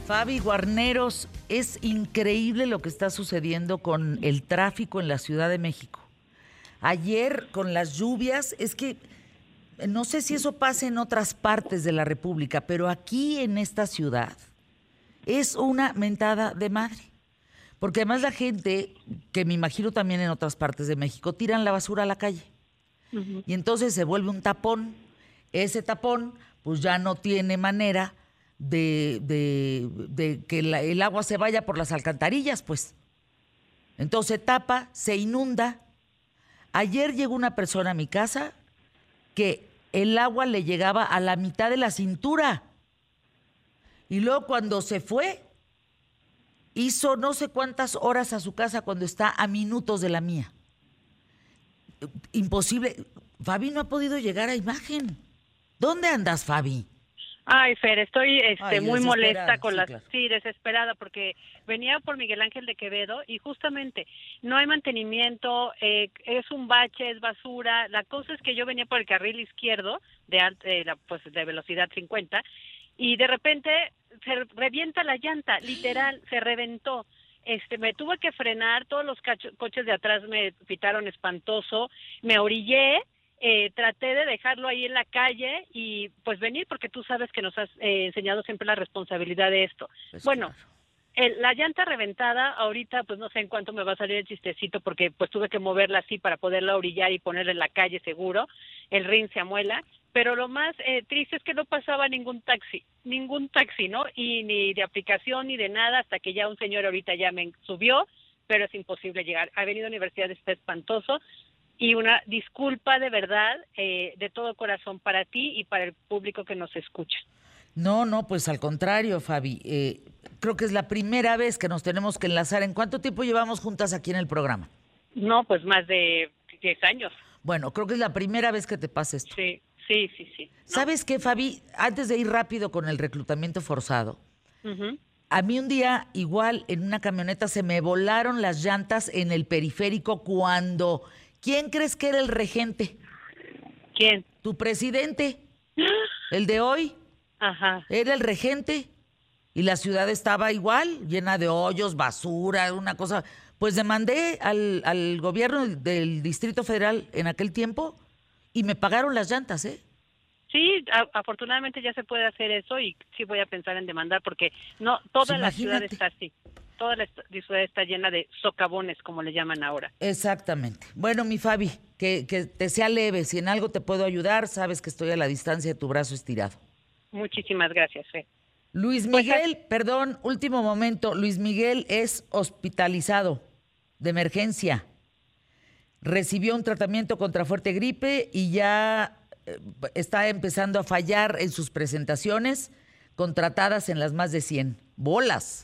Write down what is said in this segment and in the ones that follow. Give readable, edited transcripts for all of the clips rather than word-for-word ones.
Fabi Guarneros, es increíble lo que está sucediendo con el tráfico en la Ciudad de México. Ayer, con las lluvias, es que no sé si eso pasa en otras partes de la República, pero aquí en esta ciudad es una mentada de madre. Porque además la gente, que me imagino también en otras partes de México, tiran la basura a la calle. Ujú. Y entonces se vuelve un tapón. Ese tapón, pues ya no tiene manera de que el agua se vaya por las alcantarillas, pues. Entonces se tapa, se inunda. Ayer llegó una persona a mi casa que el agua le llegaba a la mitad de la cintura. Y luego cuando se fue, hizo no sé cuántas horas a su casa cuando está a minutos de la mía. Imposible. Fabi no ha podido llegar a imagen. ¿Dónde andas, Fabi? Ay, Fer, estoy Ay, muy molesta desesperada, con sí, claro. sí, desesperada, porque venía por Miguel Ángel de Quevedo y justamente no hay mantenimiento, es un bache, es basura. La cosa es que yo venía por el carril izquierdo pues de velocidad 50 y de repente se revienta la llanta, literal, se reventó. Me tuve que frenar, todos los coches de atrás me pitaron espantoso, me orillé. Traté de dejarlo ahí en la calle y pues venir, porque tú sabes que nos has enseñado siempre la responsabilidad de esto. Pues Bueno, claro. la llanta reventada, ahorita pues no sé en cuánto me va a salir el chistecito, porque pues tuve que moverla así para poderla orillar y ponerla en la calle seguro, el rin se amuela, pero lo más triste es que no pasaba ningún taxi, ¿no? Y ni de aplicación ni de nada, hasta que ya un señor ahorita ya me subió, pero es imposible llegar. Avenida Universidad está espantoso. Y una disculpa de verdad, de todo corazón para ti y para el público que nos escucha. No, no, pues al contrario, Fabi. Creo que es la primera vez que nos tenemos que enlazar. ¿En cuánto tiempo llevamos juntas aquí en el programa? No, pues más de 10 años. Bueno, creo que es la primera vez que te pasa esto. Sí, sí, sí, sí. ¿No? ¿Sabes qué, Fabi? Antes de ir rápido con el reclutamiento forzado, Uh-huh. a mí un día igual en una camioneta se me volaron las llantas en el periférico cuando... ¿Quién crees que era el regente? ¿Quién? Tu presidente, el de hoy, Ajá. era el regente y la ciudad estaba igual, llena de hoyos, basura, una cosa. Pues demandé al gobierno del Distrito Federal en aquel tiempo y me pagaron las llantas, ¿eh? Sí, afortunadamente ya se puede hacer eso y sí voy a pensar en demandar, porque no Pues toda la ciudad imagínate. está así. Toda la ciudad está llena de socavones, como le llaman ahora. Exactamente. Bueno, mi Fabi, que te sea leve. Si en algo te puedo ayudar, sabes que estoy a la distancia de tu brazo estirado. Muchísimas gracias, Fe. Luis Pues Miguel, perdón, último momento. Luis Miguel es hospitalizado de emergencia. Recibió un tratamiento contra fuerte gripe y ya está empezando a fallar en sus presentaciones, contratadas en las más de 100. ¡Bolas!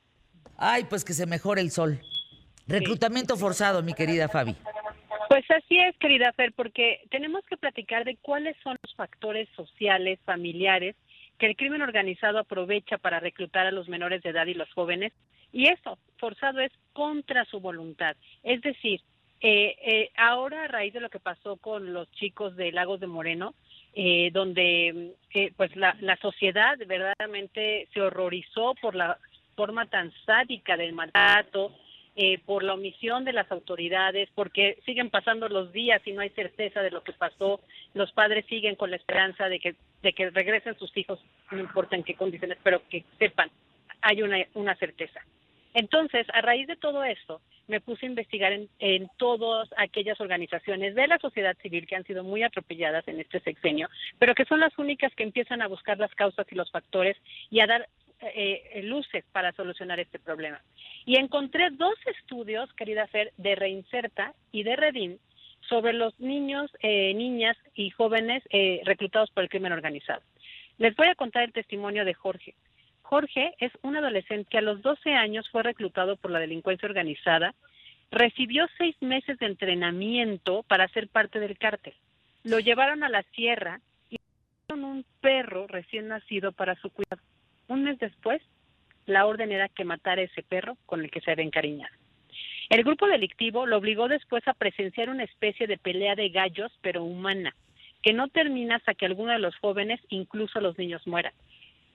Ay, pues que se mejore el sol. sí. Reclutamiento forzado, mi querida Fabi. Pues así es, querida Fer, porque tenemos que platicar de cuáles son los factores sociales, familiares, que el crimen organizado aprovecha para reclutar a los menores de edad y los jóvenes, y eso, forzado, es contra su voluntad. Es decir, ahora a raíz de lo que pasó con los chicos de Lagos de Moreno, donde pues la sociedad verdaderamente se horrorizó por la forma tan sádica del maltrato, por la omisión de las autoridades, porque siguen pasando los días y no hay certeza de lo que pasó. Los padres siguen con la esperanza de que regresen sus hijos, no importa en qué condiciones, pero que sepan, hay una certeza. Entonces, a raíz de todo esto, me puse a investigar en todas aquellas organizaciones de la sociedad civil que han sido muy atropelladas en este sexenio, pero que son las únicas que empiezan a buscar las causas y los factores y a dar luces para solucionar este problema. Y encontré 2 estudios, querida Fer, de Reinserta y de Redim, sobre los niños, niñas y jóvenes reclutados por el crimen organizado. Les voy a contar el testimonio de Jorge. Jorge es un adolescente que a los 12 años fue reclutado por la delincuencia organizada, recibió 6 meses de entrenamiento para ser parte del cártel. Lo llevaron a la sierra y le dieron un perro recién nacido para su cuidado. Un mes después, la orden era que matara a ese perro con el que se había encariñado. El grupo delictivo lo obligó después a presenciar una especie de pelea de gallos, pero humana, que no termina hasta que alguno de los jóvenes, incluso los niños, mueran.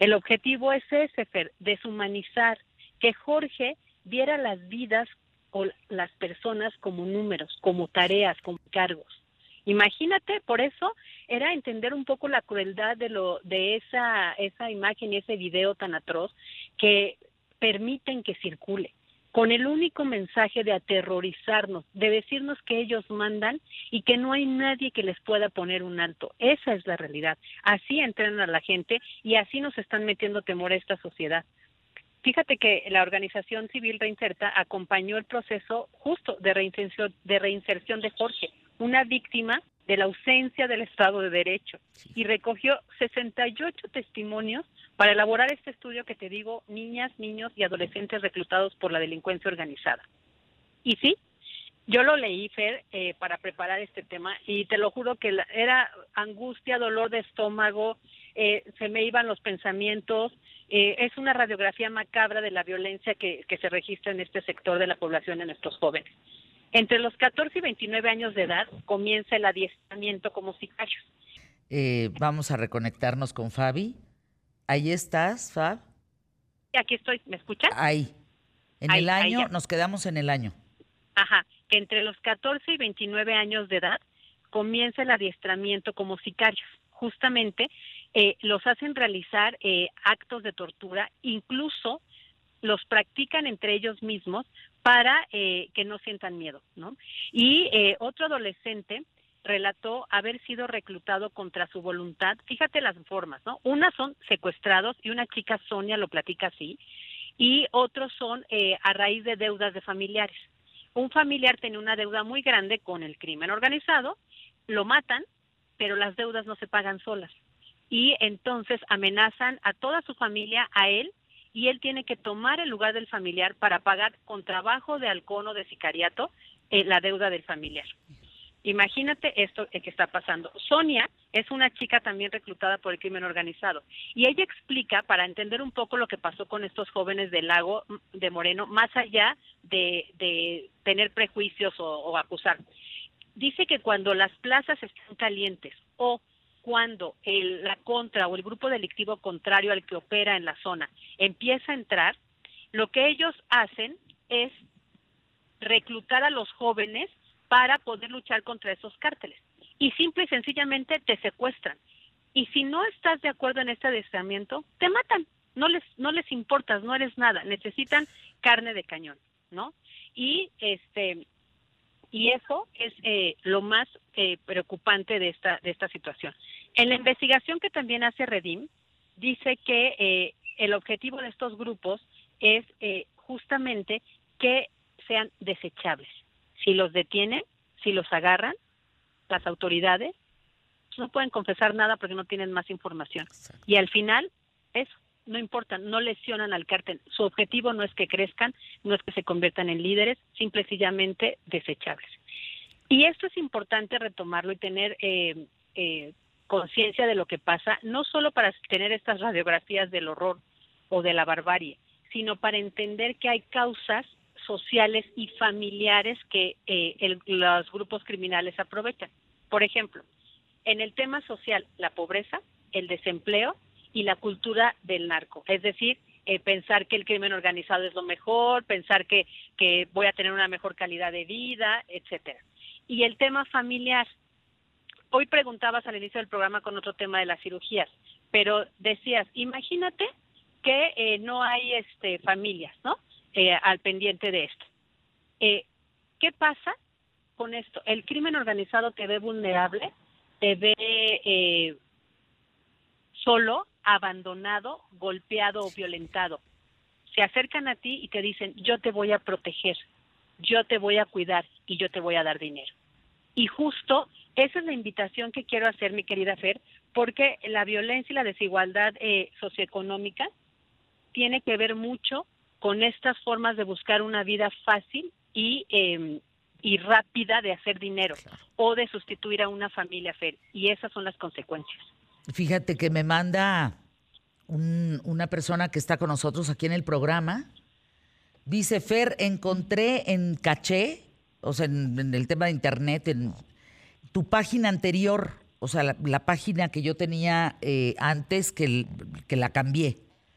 El objetivo es ese, Fer, deshumanizar, que Jorge viera las vidas o las personas como números, como tareas, como cargos. Imagínate, por eso era entender un poco la crueldad de esa imagen y ese video tan atroz que permiten que circule, con el único mensaje de aterrorizarnos, de decirnos que ellos mandan y que no hay nadie que les pueda poner un alto. Esa es la realidad. Así entrenan a la gente y así nos están metiendo temor a esta sociedad. Fíjate que la organización civil Reinserta acompañó el proceso justo de reinserción de Jorge, una víctima de la ausencia del Estado de Derecho, y recogió 68 testimonios para elaborar este estudio que te digo, niñas, niños y adolescentes reclutados por la delincuencia organizada. Y sí, yo lo leí, Fer, para preparar este tema, y te lo juro que era angustia, dolor de estómago, se me iban los pensamientos. Es una radiografía macabra de la violencia que se registra en este sector de la población de nuestros jóvenes. Entre los 14 y 29 años de edad comienza el adiestramiento como sicarios. Vamos a reconectarnos con Fabi. Ahí estás, Fab. Aquí estoy, ¿me escuchas? Ahí. El año, nos quedamos en el año. Ajá, que entre los 14 y 29 años de edad comienza el adiestramiento como sicarios. Justamente los hacen realizar actos de tortura, incluso los practican entre ellos mismos para que no sientan miedo, ¿no? Y otro adolescente relató haber sido reclutado contra su voluntad. Fíjate las formas, ¿no? Unas son secuestrados, y una chica, Sonia, lo platica así, y otros son a raíz de deudas de familiares. Un familiar tenía una deuda muy grande con el crimen organizado, lo matan, pero las deudas no se pagan solas. Y entonces amenazan a toda su familia, a él, y él tiene que tomar el lugar del familiar para pagar con trabajo de halcón o de sicariato la deuda del familiar. Imagínate esto que está pasando. Sonia es una chica también reclutada por el crimen organizado, y ella explica, para entender un poco lo que pasó con estos jóvenes del Lago de Moreno, más allá de tener prejuicios o acusar. Dice que cuando las plazas están calientes o cuando la contra o el grupo delictivo contrario al que opera en la zona empieza a entrar, lo que ellos hacen es reclutar a los jóvenes para poder luchar contra esos cárteles. Y simple y sencillamente te secuestran. Y si no estás de acuerdo en este adiestramiento, te matan. No les importas, no eres nada. Necesitan carne de cañón, ¿no? Y eso es lo más preocupante de esta situación. En la investigación que también hace Redim, dice que el objetivo de estos grupos es justamente que sean desechables. Si los detienen, si los agarran, las autoridades no pueden confesar nada porque no tienen más información. Exacto. Y al final, eso, no importa, no lesionan al cártel. Su objetivo no es que crezcan, no es que se conviertan en líderes, simple y sencillamente desechables. Y esto es importante retomarlo y tener conciencia de lo que pasa, no solo para tener estas radiografías del horror o de la barbarie, sino para entender que hay causas sociales y familiares que los grupos criminales aprovechan. Por ejemplo, en el tema social, la pobreza, el desempleo y la cultura del narco. Es decir, pensar que el crimen organizado es lo mejor, pensar que voy a tener una mejor calidad de vida, etcétera. Y el tema familiar. Hoy preguntabas al inicio del programa con otro tema de las cirugías, pero decías, imagínate que no hay familias, ¿no? Al pendiente de esto. ¿Qué pasa con esto? El crimen organizado te ve vulnerable, te ve solo, abandonado, golpeado o violentado. Se acercan a ti y te dicen, yo te voy a proteger, yo te voy a cuidar y yo te voy a dar dinero. Y justo esa es la invitación que quiero hacer, mi querida Fer, porque la violencia y la desigualdad socioeconómica tiene que ver mucho con estas formas de buscar una vida fácil y rápida de hacer dinero, claro, o de sustituir a una familia, Fer, y esas son las consecuencias. Fíjate que me manda una persona que está con nosotros aquí en el programa, dice, Fer, encontré en Caché, o sea, en el tema de internet, en tu página anterior, o sea, la página que yo tenía antes que la cambié.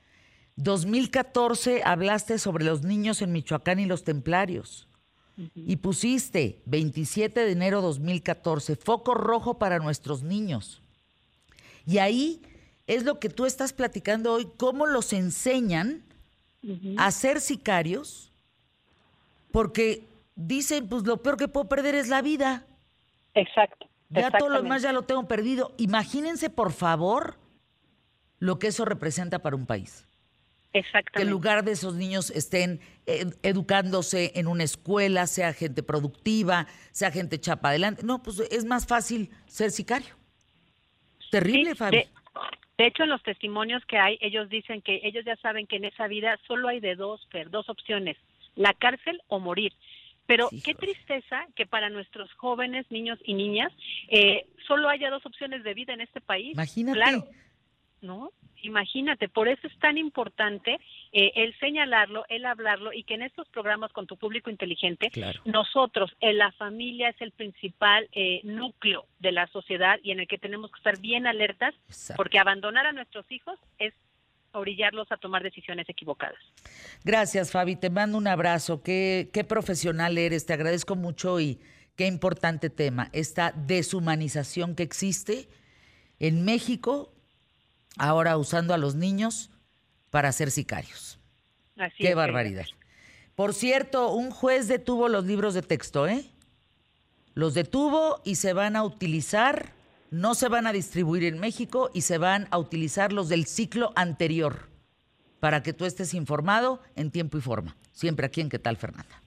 2014 hablaste sobre los niños en Michoacán y los templarios. Y pusiste 27 de enero 2014, foco rojo para nuestros niños. Y ahí es lo que tú estás platicando hoy, cómo los enseñan a ser sicarios, porque dicen, pues lo peor que puedo perder es la vida. Exacto. Ya todo lo demás ya lo tengo perdido. Imagínense, por favor, lo que eso representa para un país. Exactamente. Que en lugar de esos niños estén educándose en una escuela, sea gente productiva, sea gente chapa adelante. No, pues es más fácil ser sicario. Terrible, Sí, Fabi. De hecho, en los testimonios que hay, ellos dicen que ellos ya saben que en esa vida solo hay de dos opciones, la cárcel o morir. Pero Sí, qué joder. tristeza que para nuestros jóvenes, niños y niñas, solo haya dos opciones de vida en este país. Imagínate. Claro, ¿no? Imagínate, por eso es tan importante el señalarlo, el hablarlo, y que en estos programas con tu público inteligente, Claro. nosotros, la familia es el principal núcleo de la sociedad y en el que tenemos que estar bien alertas, Exacto. porque abandonar a nuestros hijos es orillarlos a tomar decisiones equivocadas. Gracias, Fabi. Te mando un abrazo. Qué profesional eres. Te agradezco mucho y qué importante tema. Esta deshumanización que existe en México, ahora usando a los niños para ser sicarios. Así Qué es, barbaridad. Por cierto, un juez detuvo los libros de texto, ¿eh? Los detuvo y se van a utilizar, no se van a distribuir en México y se van a utilizar los del ciclo anterior para que tú estés informado en tiempo y forma. Siempre aquí en ¿Qué tal, Fernanda?